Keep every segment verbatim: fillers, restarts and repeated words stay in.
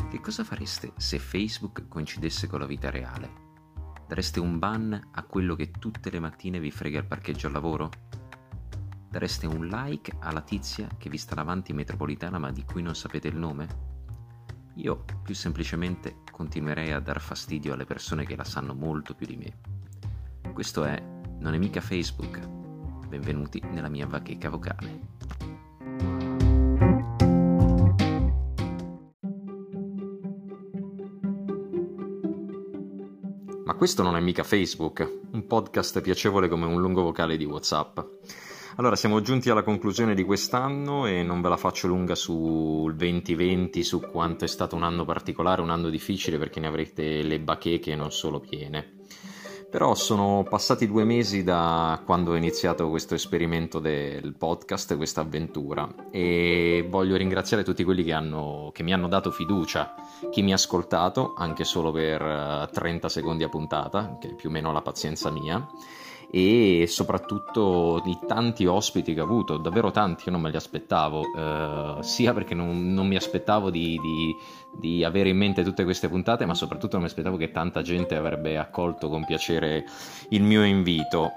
Che cosa fareste se Facebook coincidesse con la vita reale? Dareste un ban a quello che tutte le mattine vi frega il parcheggio al lavoro? Dareste un like alla tizia che vi sta davanti in metropolitana ma di cui non sapete il nome? Io più semplicemente continuerei a dar fastidio alle persone che la sanno molto più di me. Questo è Non è mica Facebook. Benvenuti nella mia bacheca vocale. Ma questo non è mica Facebook, un podcast piacevole come un lungo vocale di WhatsApp. Allora, siamo giunti alla conclusione di quest'anno e non ve la faccio lunga sul duemilaventi, su quanto è stato un anno particolare, un anno difficile, perché ne avrete le bacheche non solo piene. Però sono passati due mesi da quando ho iniziato questo esperimento del podcast, questa avventura, e voglio ringraziare tutti quelli che, hanno, che mi hanno dato fiducia, chi mi ha ascoltato, anche solo per trenta secondi a puntata, che è più o meno la pazienza mia, e soprattutto di tanti ospiti che ho avuto, davvero tanti, io non me li aspettavo, eh, sia perché non, non mi aspettavo di, di, di avere in mente tutte queste puntate, ma soprattutto non mi aspettavo che tanta gente avrebbe accolto con piacere il mio invito.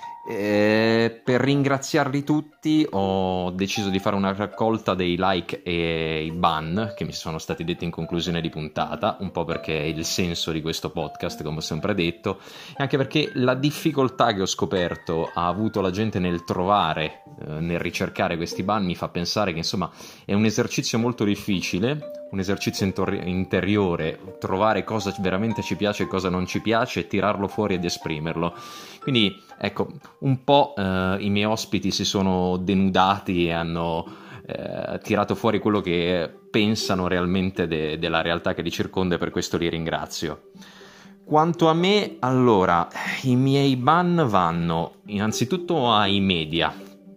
Eh, per ringraziarli tutti ho deciso di fare una raccolta dei like e i ban che mi sono stati detti in conclusione di puntata, un po' perché è il senso di questo podcast, come ho sempre detto, e anche perché la difficoltà che ho scoperto ha avuto la gente nel trovare, eh, nel ricercare questi ban, mi fa pensare che insomma è un esercizio molto difficile, un esercizio intor- interiore, trovare cosa veramente ci piace e cosa non ci piace, tirarlo fuori ed esprimerlo. Quindi ecco, un po' eh, i miei ospiti si sono denudati e hanno eh, tirato fuori quello che pensano realmente de- della realtà che li circonda, e per questo li ringrazio. Quanto a me, allora, i miei ban vanno innanzitutto ai media,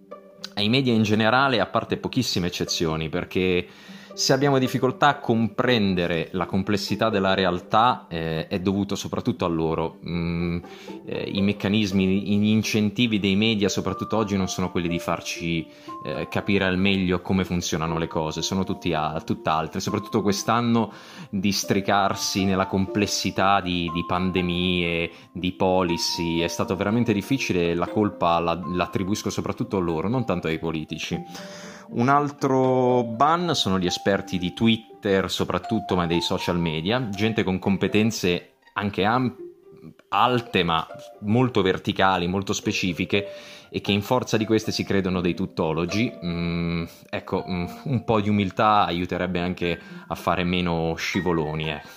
ai media in generale, a parte pochissime eccezioni, perché se abbiamo difficoltà a comprendere la complessità della realtà eh, è dovuto soprattutto a loro. Mm, eh, I meccanismi, gli incentivi dei media, soprattutto oggi, non sono quelli di farci eh, capire al meglio come funzionano le cose, sono tutti a, tutt'altre, soprattutto quest'anno districarsi nella complessità di, di pandemie, di policy, è stato veramente difficile, la colpa la, l'attribuisco soprattutto a loro, non tanto ai politici. Un altro ban sono gli esperti di Twitter, soprattutto, ma dei social media, gente con competenze anche am- alte, ma molto verticali, molto specifiche, e che in forza di queste si credono dei tuttologi. Mm, ecco, mm, un po' di umiltà aiuterebbe anche a fare meno scivoloni. Eh.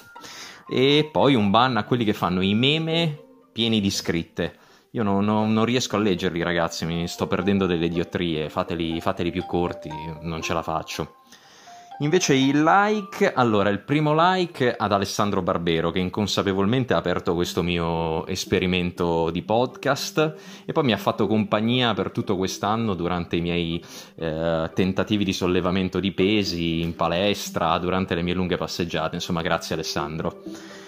E poi un ban a quelli che fanno i meme pieni di scritte. Io non, non, non riesco a leggerli, ragazzi, mi sto perdendo delle diottrie, fateli, fateli più corti, non ce la faccio. Invece il like, allora il primo like ad Alessandro Barbero, che inconsapevolmente ha aperto questo mio esperimento di podcast e poi mi ha fatto compagnia per tutto quest'anno durante i miei eh, tentativi di sollevamento di pesi in palestra, durante le mie lunghe passeggiate, insomma grazie Alessandro.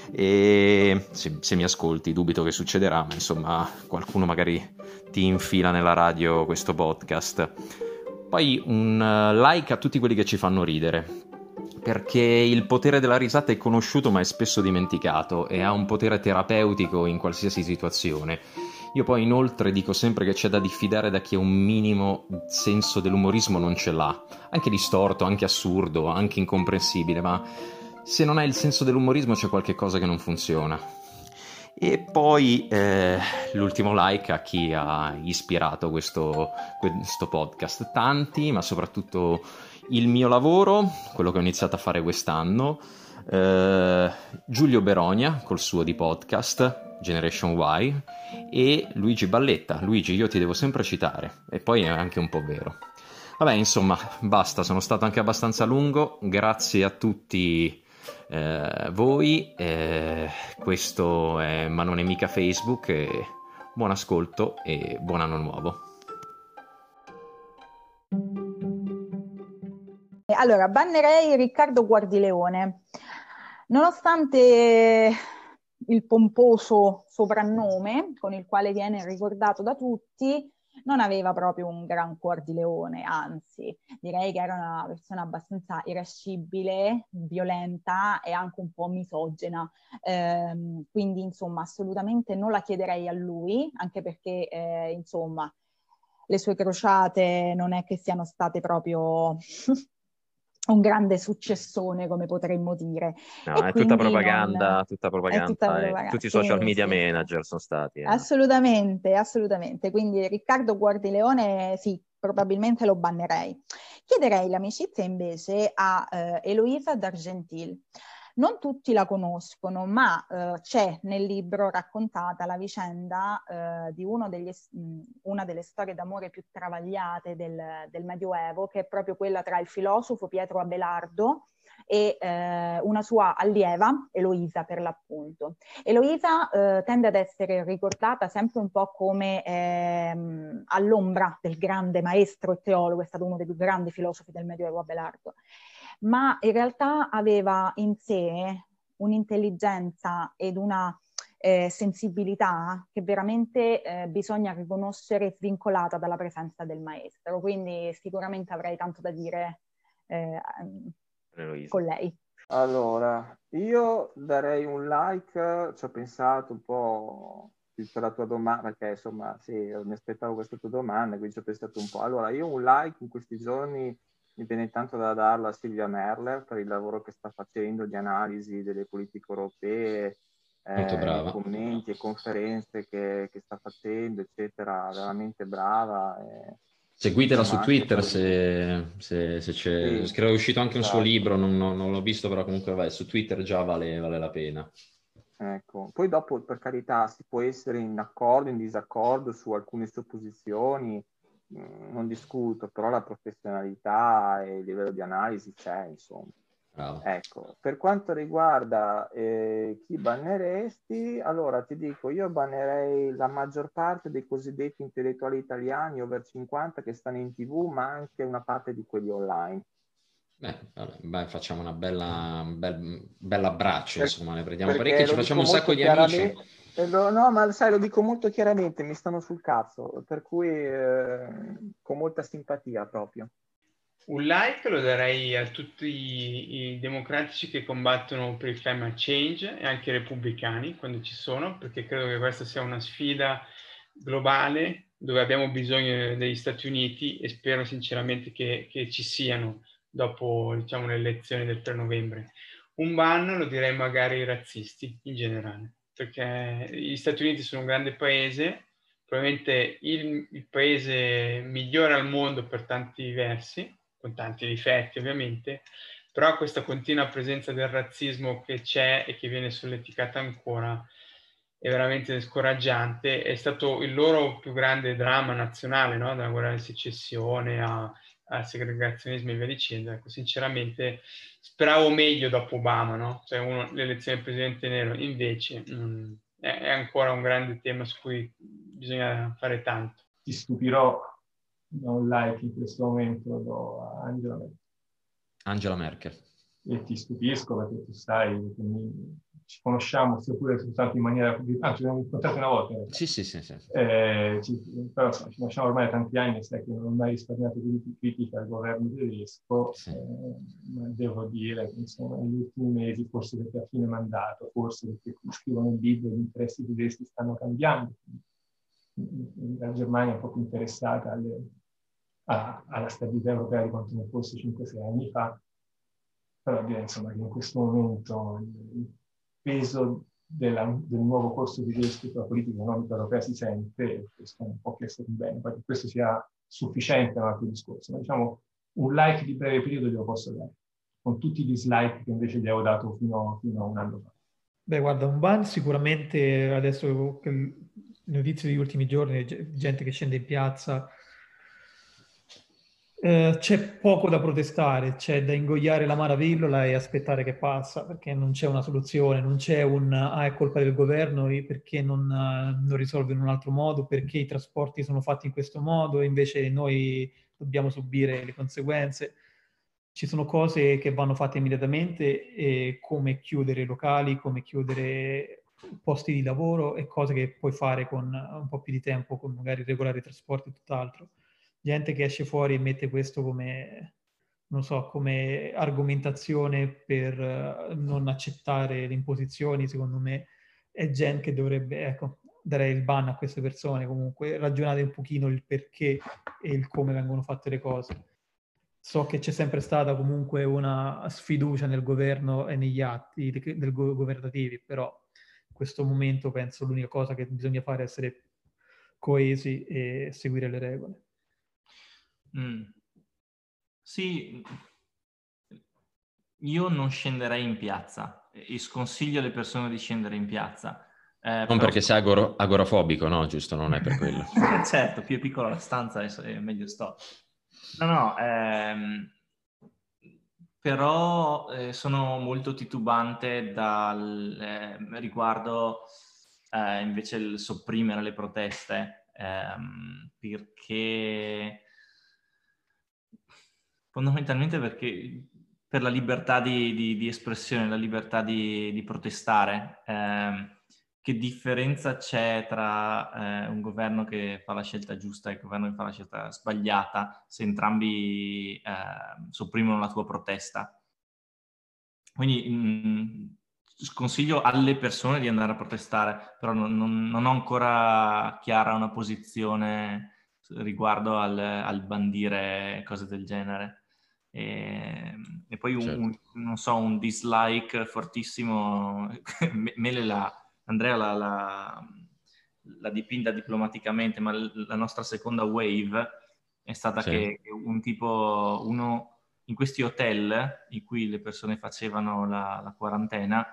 E se, se mi ascolti, dubito che succederà, ma insomma qualcuno magari ti infila nella radio questo podcast. Poi un uh, like a tutti quelli che ci fanno ridere, perché il potere della risata è conosciuto ma è spesso dimenticato e ha un potere terapeutico in qualsiasi situazione. Io poi inoltre dico sempre che c'è da diffidare da chi un minimo senso dell'umorismo non ce l'ha, anche distorto, anche assurdo, anche incomprensibile, ma se non hai il senso dell'umorismo c'è qualche cosa che non funziona. E poi eh, l'ultimo like a chi ha ispirato questo, questo podcast, tanti, ma soprattutto il mio lavoro, quello che ho iniziato a fare quest'anno, eh, Giulio Beronia col suo di podcast Generation Y e Luigi Balletta. Luigi, io ti devo sempre citare, e poi è anche un po' vero. Vabbè, insomma, basta, sono stato anche abbastanza lungo, grazie a tutti eh, voi, eh, questo è Ma non è mica Facebook, e buon ascolto e buon anno nuovo. Allora, bannerei Riccardo Guardileone. Nonostante il pomposo soprannome con il quale viene ricordato da tutti, non aveva proprio un gran cuor di leone, anzi, direi che era una persona abbastanza irascibile, violenta e anche un po' misogena. Ehm, quindi, insomma, assolutamente non la chiederei a lui, anche perché, eh, insomma, le sue crociate non è che siano state proprio un grande successone, come potremmo dire. No, E è tutta quindi non... propaganda, tutta È tutta propaganda, e propaganda. tutti i social Sì, media sì, sì. manager sono stati. Eh. Assolutamente, assolutamente. Quindi Riccardo Guardileone, sì, probabilmente lo bannerei. Chiederei l'amicizia invece a eh, Eloisa d'Argentil. Non tutti la conoscono, ma eh, c'è nel libro raccontata la vicenda eh, di uno degli, mh, una delle storie d'amore più travagliate del, del Medioevo, che è proprio quella tra il filosofo Pietro Abelardo e eh, una sua allieva, Eloisa per l'appunto. Eloisa eh, tende ad essere ricordata sempre un po' come ehm, all'ombra del grande maestro e teologo, è stato uno dei più grandi filosofi del Medioevo, Abelardo, ma in realtà aveva in sé un'intelligenza ed una eh, sensibilità che veramente eh, bisogna riconoscere svincolata dalla presenza del maestro, quindi sicuramente avrei tanto da dire eh, con lei. Allora, io darei un like, ci ho pensato un po' più per la tua domanda, perché insomma sì, mi aspettavo questa tua domanda, quindi ci ho pensato un po'. Allora, io un like in questi giorni mi viene tanto da darlo a Silvia Merler per il lavoro che sta facendo di analisi delle politiche europee, Molto eh, brava. commenti e conferenze che, che sta facendo, eccetera, veramente brava. E, Seguitela su insomma, anche Twitter per... se, se, se c'è. Sì, Credo è uscito anche un suo esatto. libro, non, non- non l'ho visto, però comunque vai, su Twitter già vale, vale la pena. Ecco. Poi dopo, per carità, si può essere in accordo, in disaccordo su alcune supposizioni, mh, non discuto, però la professionalità e il livello di analisi c'è, insomma. Bravo. Ecco, per quanto riguarda eh, chi banneresti, allora ti dico, io bannerei la maggior parte dei cosiddetti intellettuali italiani over cinquanta che stanno in tivù, ma anche una parte di quelli online. Beh, vabbè, beh, facciamo una bella, un bel, bell'abbraccio, Per- insomma, ne prendiamo parecchi, perché ci lo facciamo dico un sacco molto di amici. chiaramente, eh, lo- no, ma sai, lo dico molto chiaramente, mi stanno sul cazzo, per cui eh, con molta simpatia proprio. Un like lo darei a tutti i, i democratici che combattono per il climate change e anche i repubblicani quando ci sono, perché credo che questa sia una sfida globale dove abbiamo bisogno degli Stati Uniti e spero sinceramente che, che ci siano dopo, diciamo, le elezioni del tre novembre. Un ban lo direi magari ai razzisti in generale, perché gli Stati Uniti sono un grande paese, probabilmente il, il paese migliore al mondo per tanti versi, con tanti difetti ovviamente, però questa continua presenza del razzismo che c'è e che viene solleticata ancora è veramente scoraggiante. È stato il loro più grande dramma nazionale, no? Dalla guerra di secessione a, al segregazionismo e via dicendo. Ecco, sinceramente speravo meglio dopo Obama, no? Cioè uno, l'elezione del presidente nero, invece mh, è, è ancora un grande tema su cui bisogna fare tanto. Ti stupirò, da un like in questo momento do a Angela Merkel. Angela Merkel. E ti stupisco perché tu sai, che mi- ci conosciamo seppure soltanto in maniera... Ah, ci abbiamo incontrato una volta in realtà. Sì, sì, sì, sì. Eh, ci, però insomma, ci conosciamo ormai da tanti anni, sai che non ho mai risparmiato di critica al governo tedesco, Sì. eh, ma devo dire che insomma, negli ultimi mesi, forse perché a fine mandato, forse perché scrivono il libro, gli interessi tedeschi stanno cambiando. La Germania è un po' più interessata alle, a, alla stabilità europea di quanto ne fosse cinque sei anni fa, però direi insomma che in questo momento il, il peso della, del nuovo corso tedesco sulla politica economica europea si sente e questo non può che essere un bene, poi che questo sia sufficiente è un altro discorso, ma diciamo un like di breve periodo glielo posso dare, con tutti i dislike che invece gli avevo dato fino, fino a un anno fa. Beh, guarda, un ban sicuramente adesso che le notizie degli ultimi giorni, gente che scende in piazza, eh, c'è poco da protestare, c'è da ingoiare l'amara pillola e aspettare che passa, perché non c'è una soluzione, non c'è un ah, è colpa del governo, perché non, non risolve in un altro modo, perché i trasporti sono fatti in questo modo e invece noi dobbiamo subire le conseguenze. Ci sono cose che vanno fatte immediatamente, eh, come chiudere i locali, come chiudere posti di lavoro e cose che puoi fare con un po' più di tempo, con magari regolare trasporti e tutt'altro. Gente che esce fuori e mette questo come, non so, come argomentazione per uh, non accettare le imposizioni, secondo me è gente che dovrebbe, ecco, dare il ban a queste persone. Comunque ragionate un pochino il perché e il come vengono fatte le cose. So che c'è sempre stata comunque una sfiducia nel governo e negli atti del go- governativi, però in questo momento penso l'unica cosa che bisogna fare è essere coesi e seguire le regole. Mm. Sì, io non scenderei in piazza e sconsiglio alle persone di scendere in piazza. Eh, non però... perché sei agor- agorafobico, no? Giusto, non è per quello. Certo, più è piccola la stanza è meglio sto. No, no, ehm, però eh, sono molto titubante dal, eh, riguardo eh, invece il sopprimere le proteste, ehm, perché fondamentalmente perché per la libertà di, di, di espressione, la libertà di, di protestare. Ehm, che differenza c'è tra eh, un governo che fa la scelta giusta e un governo che fa la scelta sbagliata se entrambi eh, sopprimono la tua protesta? Quindi mh, sconsiglio alle persone di andare a protestare, però non, non, non ho ancora chiara una posizione riguardo al, al bandire cose del genere. E, e poi un, certo. un, non so, un dislike fortissimo, Mele la, Andrea la, la, la dipinta diplomaticamente, ma la nostra seconda wave è stata sì. che un tipo, uno in questi hotel in cui le persone facevano la, la quarantena,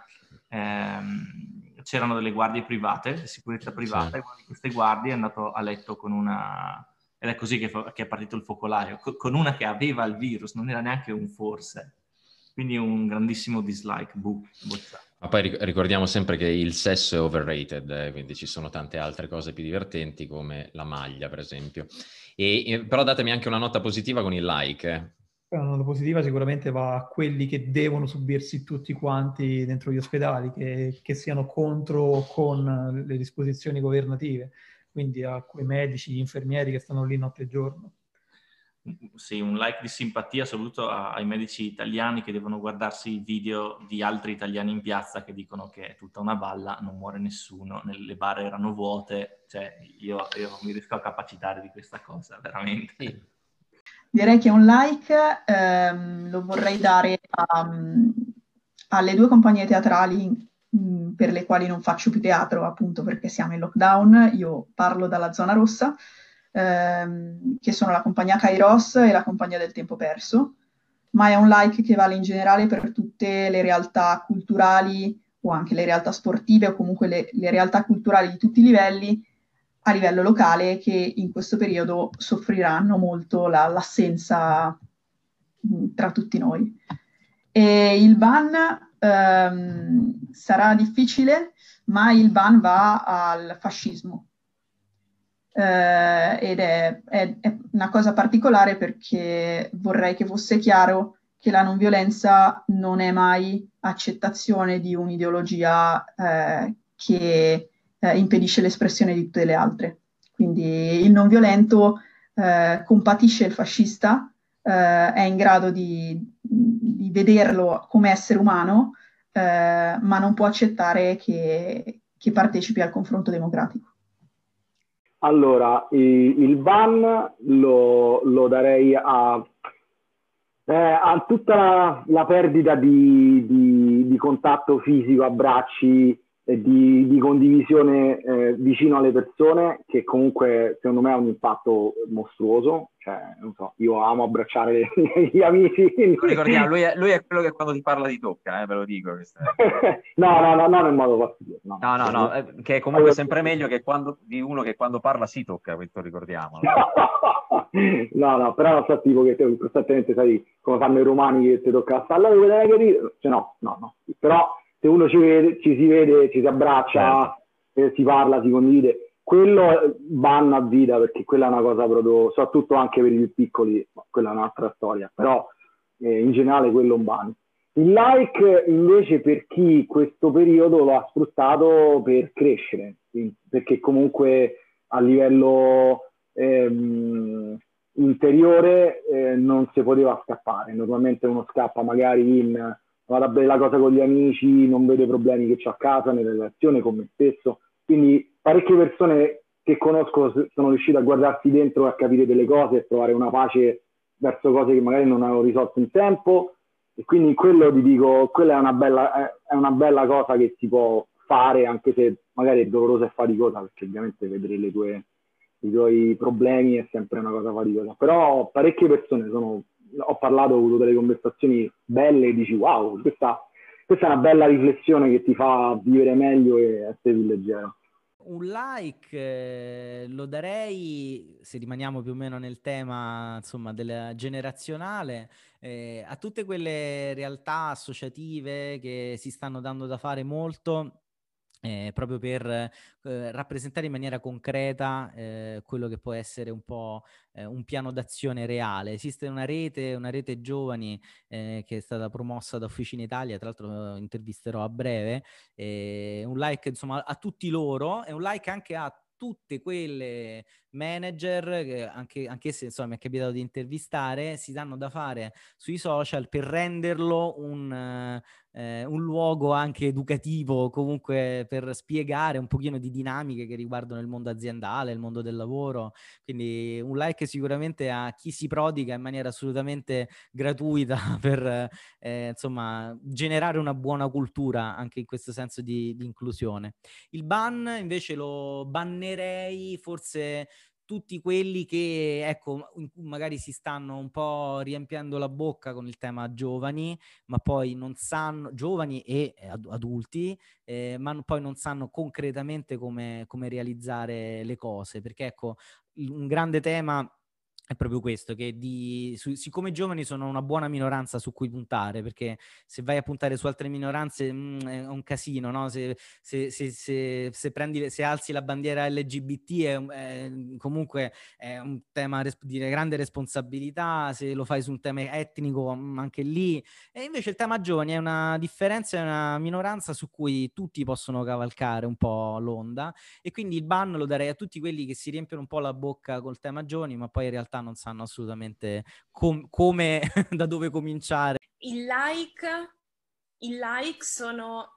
ehm, c'erano delle guardie private, di sicurezza privata, sì. E una di queste guardie è andato a letto con una... Ed è così che, fa, che è partito il focolaio, co- con una che aveva il virus, non era neanche un forse. Quindi un grandissimo dislike, buh, bocciato. Ma poi ricordiamo sempre che il sesso è overrated, eh, quindi ci sono tante altre cose più divertenti come la maglia, per esempio. E, e, però datemi anche una nota positiva con il like. Eh. Una nota positiva sicuramente va a quelli che devono subirsi tutti quanti dentro gli ospedali, che, che siano contro o con le disposizioni governative, quindi a quei medici, gli infermieri che stanno lì notte e giorno. Sì, un like di simpatia soprattutto ai medici italiani che devono guardarsi i video di altri italiani in piazza che dicono che è tutta una balla, non muore nessuno, le bar erano vuote, cioè io, io non mi riesco a capacitare di questa cosa, veramente. Sì. Direi che un like ehm, lo vorrei dare a, alle due compagnie teatrali mh, per le quali non faccio più teatro, appunto perché siamo in lockdown. Io parlo dalla zona rossa, ehm, che sono la compagnia Kairos e la compagnia del tempo perso, ma è un like che vale in generale per tutte le realtà culturali o anche le realtà sportive o comunque le, le realtà culturali di tutti i livelli a livello locale che in questo periodo soffriranno molto la, l'assenza mh, tra tutti noi. E il ban ehm, sarà difficile, ma il ban va al fascismo. Eh, ed è, è, è una cosa particolare perché vorrei che fosse chiaro che la non violenza non è mai accettazione di un'ideologia eh, che eh, impedisce l'espressione di tutte le altre. Quindi il non violento eh, compatisce il fascista, eh, è in grado di, di vederlo come essere umano, eh, ma non può accettare che, che partecipi al confronto democratico. Allora, il ban lo, lo darei a, eh, a tutta la, la perdita di, di, di contatto fisico, abbracci e di, di condivisione eh, vicino alle persone, che comunque secondo me ha un impatto mostruoso. Cioè, non so, io amo abbracciare gli amici. Lo ricordiamo, lui è, lui è quello che quando ti parla ti tocca, eh, ve lo dico. no, no, no, non in modo fastidioso. No, no, no, no eh, che è comunque sempre meglio che quando, di uno che quando parla si tocca, questo ricordiamo. No, no, però non so tipo che te costantemente sai come fanno i romani che ti tocca allora vuoi capire? Cioè no, no, no. Però se uno ci vede, ci si vede, ci si abbraccia, certo. Si parla, si condivide. Quello vanno a vita perché quella è una cosa proprio, soprattutto anche per i più piccoli, quella è un'altra storia, però eh, in generale quello è un ban. Il like invece per chi questo periodo lo ha sfruttato per crescere, perché comunque a livello ehm, interiore eh, non si poteva scappare. Normalmente uno scappa magari in vado a bere la cosa con gli amici, non vedo i problemi che ho a casa, nella relazione con me stesso. Quindi parecchie persone che conosco sono riuscite a guardarsi dentro e a capire delle cose e trovare una pace verso cose che magari non avevo risolto in tempo. E quindi quello ti dico, quella è una bella, è una bella cosa che si può fare, anche se magari è dolorosa e faticosa, perché ovviamente vedere le tue, i tuoi problemi è sempre una cosa faticosa. Però parecchie persone sono... ho parlato, ho avuto delle conversazioni belle e dici wow, questa, questa è una bella riflessione che ti fa vivere meglio e essere più leggero. Un like eh, lo darei, se rimaniamo più o meno nel tema, insomma, del generazionale, eh, a tutte quelle realtà associative che si stanno dando da fare molto Eh, proprio per eh, rappresentare in maniera concreta eh, quello che può essere un po' eh, un piano d'azione reale. Esiste una rete, una rete giovani eh, che è stata promossa da Officina Italia, tra l'altro eh, intervisterò a breve, eh, un like insomma a tutti loro e un like anche a tutte quelle manager che anche, anche se insomma mi è capitato di intervistare, si danno da fare sui social per renderlo un... Eh, un luogo anche educativo, comunque per spiegare un pochino di dinamiche che riguardano il mondo aziendale, il mondo del lavoro. Quindi un like sicuramente a chi si prodiga in maniera assolutamente gratuita per eh, insomma generare una buona cultura anche in questo senso di, di inclusione. Il ban invece lo bannerei forse tutti quelli che, ecco, magari si stanno un po' riempiendo la bocca con il tema giovani, ma poi non sanno, giovani e adulti, eh, ma poi non sanno concretamente come, come realizzare le cose, perché ecco, un grande tema è proprio questo, che di, su, siccome i giovani sono una buona minoranza su cui puntare, perché se vai a puntare su altre minoranze mh, è un casino, no? Se, se, se, se, se, prendi, se alzi la bandiera L G B T è, è, comunque è un tema di grande responsabilità, se lo fai su un tema etnico anche lì, e invece il tema giovani è una differenza, è una minoranza su cui tutti possono cavalcare un po' l'onda, e quindi il ban lo darei a tutti quelli che si riempiono un po' la bocca col tema giovani, ma poi in realtà non sanno assolutamente com- come, da dove cominciare. Il like, il like sono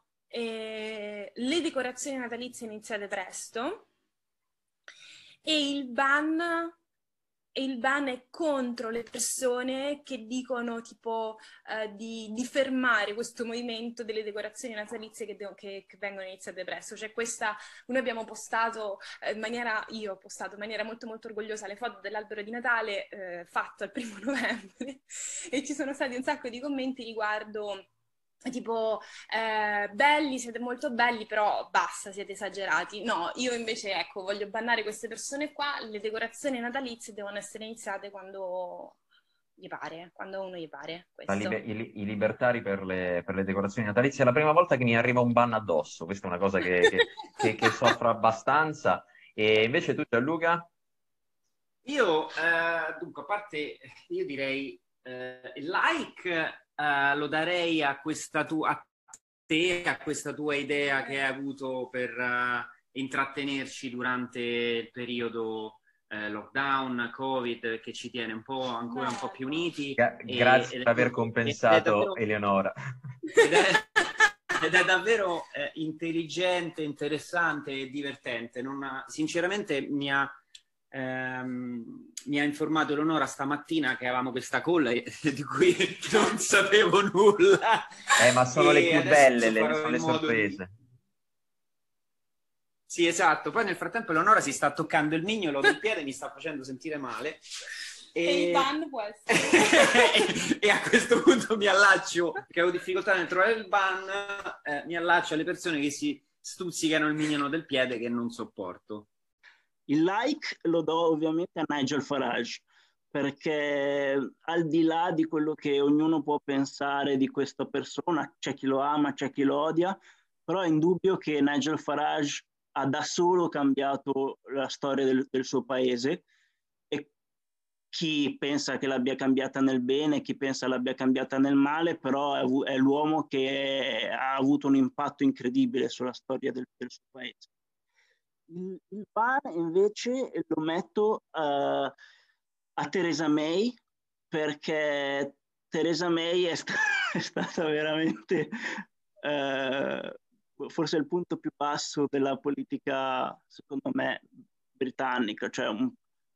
eh, le decorazioni natalizie iniziate presto, e il ban, e il ban è contro le persone che dicono tipo eh, di, di fermare questo movimento delle decorazioni natalizie che, de- che, che vengono iniziate presto. Cioè questa, noi abbiamo postato in maniera, io ho postato in maniera molto molto orgogliosa le foto dell'albero di Natale eh, fatto al primo novembre e ci sono stati un sacco di commenti riguardo tipo eh, belli, siete molto belli, però basta, siete esagerati. No, io invece ecco voglio bannare queste persone qua. Le decorazioni natalizie devono essere iniziate quando gli pare, quando uno gli pare. Liber- i, I libertari per le, per le decorazioni natalizie è la prima volta che mi arriva un ban addosso, questa è una cosa che, che, che, che soffro abbastanza. E invece tu, Gianluca? Io, eh, dunque, a parte, io direi eh, like Uh, lo darei a questa tua a te, a questa tua idea che hai avuto per uh, intrattenerci durante il periodo uh, lockdown, Covid, che ci tiene un po' ancora un po' più uniti. Gra- e, grazie per aver è, compensato, ed è davvero, Eleonora. Ed è, ed è davvero eh, intelligente, interessante e divertente. Non ha, sinceramente mi ha Ehm, mi ha informato Eleonora stamattina che avevamo questa call di cui non sapevo nulla. Eh, ma sono e le più belle, le, sono le sorprese. Di... Sì, esatto. Poi nel frattempo Eleonora si sta toccando il mignolo del piede, mi sta facendo sentire male. E, e il ban può essere. E a questo punto mi allaccio, perché avevo difficoltà nel trovare il ban, eh, mi allaccio alle persone che si stuzzicano il mignolo del piede che non sopporto. Il like lo do ovviamente a Nigel Farage, perché al di là di quello che ognuno può pensare di questa persona, c'è chi lo ama, c'è chi lo odia, però è indubbio che Nigel Farage ha da solo cambiato la storia del, del suo paese, e chi pensa che l'abbia cambiata nel bene, chi pensa l'abbia cambiata nel male, però è, è l'uomo che ha avuto un impatto incredibile sulla storia del, del suo paese. Il, il ban invece lo metto uh, a Theresa May, perché Theresa May è, sta, è stata veramente uh, forse il punto più basso della politica, secondo me, britannica, cioè un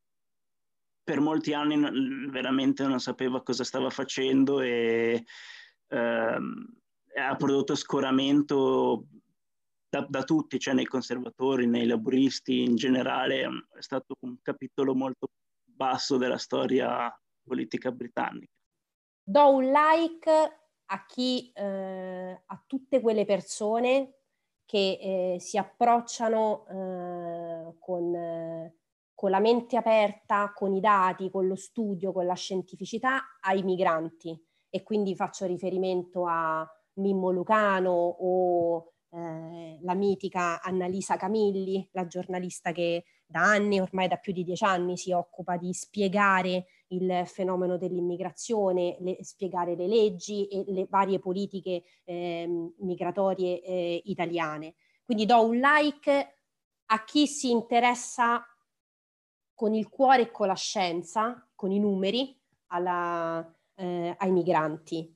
per molti anni veramente non sapeva cosa stava facendo e ehm, ha prodotto scoramento da, da tutti, cioè nei conservatori, nei laburisti, in generale è stato un capitolo molto basso della storia politica britannica. Do un like a chi, eh, a tutte quelle persone che eh, si approcciano eh, con... Eh, con la mente aperta, con i dati, con lo studio, con la scientificità ai migranti, e quindi faccio riferimento a Mimmo Lucano o eh, la mitica Annalisa Camilli, la giornalista che da anni, ormai da più di dieci anni, si occupa di spiegare il fenomeno dell'immigrazione, le, spiegare le leggi e le varie politiche eh, migratorie eh, italiane. Quindi do un like a chi si interessa con il cuore e con la scienza, con i numeri, alla, eh, ai migranti.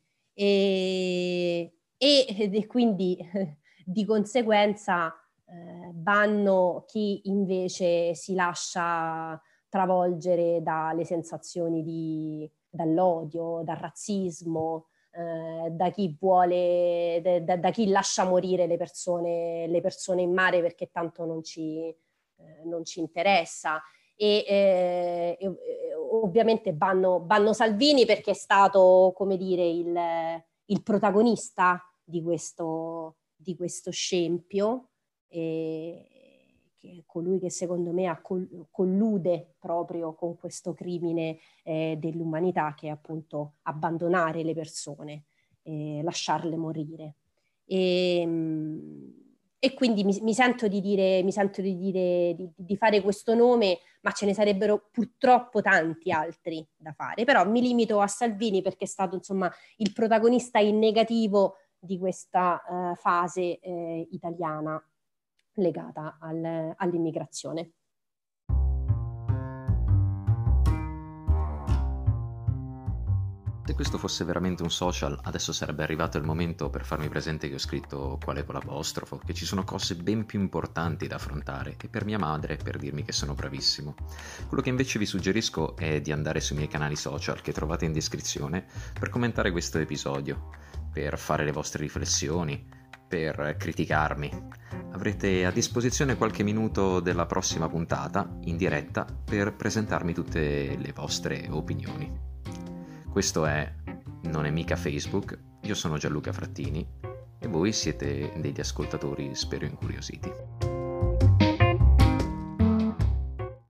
E, e, e quindi eh, di conseguenza eh, banno chi invece si lascia travolgere dalle sensazioni di, dall'odio, dal razzismo, eh, da chi vuole, da, da chi lascia morire le persone, le persone in mare perché tanto non ci, eh, non ci interessa. E, eh, e ovviamente banno, banno Salvini perché è stato, come dire, il, il protagonista di questo, di questo scempio, e che è colui che secondo me ha col, collude proprio con questo crimine eh, dell'umanità, che è appunto abbandonare le persone, eh, lasciarle morire. E, E quindi mi, mi sento di dire, mi sento di, dire di, di fare questo nome, ma ce ne sarebbero purtroppo tanti altri da fare. Però mi limito a Salvini perché è stato, insomma, il protagonista in negativo di questa uh, fase eh, italiana legata al, all'immigrazione. Se questo fosse veramente un social, adesso sarebbe arrivato il momento per farmi presente che ho scritto quale con l'apostrofo, che ci sono cose ben più importanti da affrontare, e per mia madre per dirmi che sono bravissimo. Quello che invece vi suggerisco è di andare sui miei canali social che trovate in descrizione per commentare questo episodio, per fare le vostre riflessioni, per criticarmi. Avrete a disposizione qualche minuto della prossima puntata in diretta per presentarmi tutte le vostre opinioni. Questo è Non è mica Facebook, io sono Gianluca Frattini e voi siete degli ascoltatori, spero incuriositi.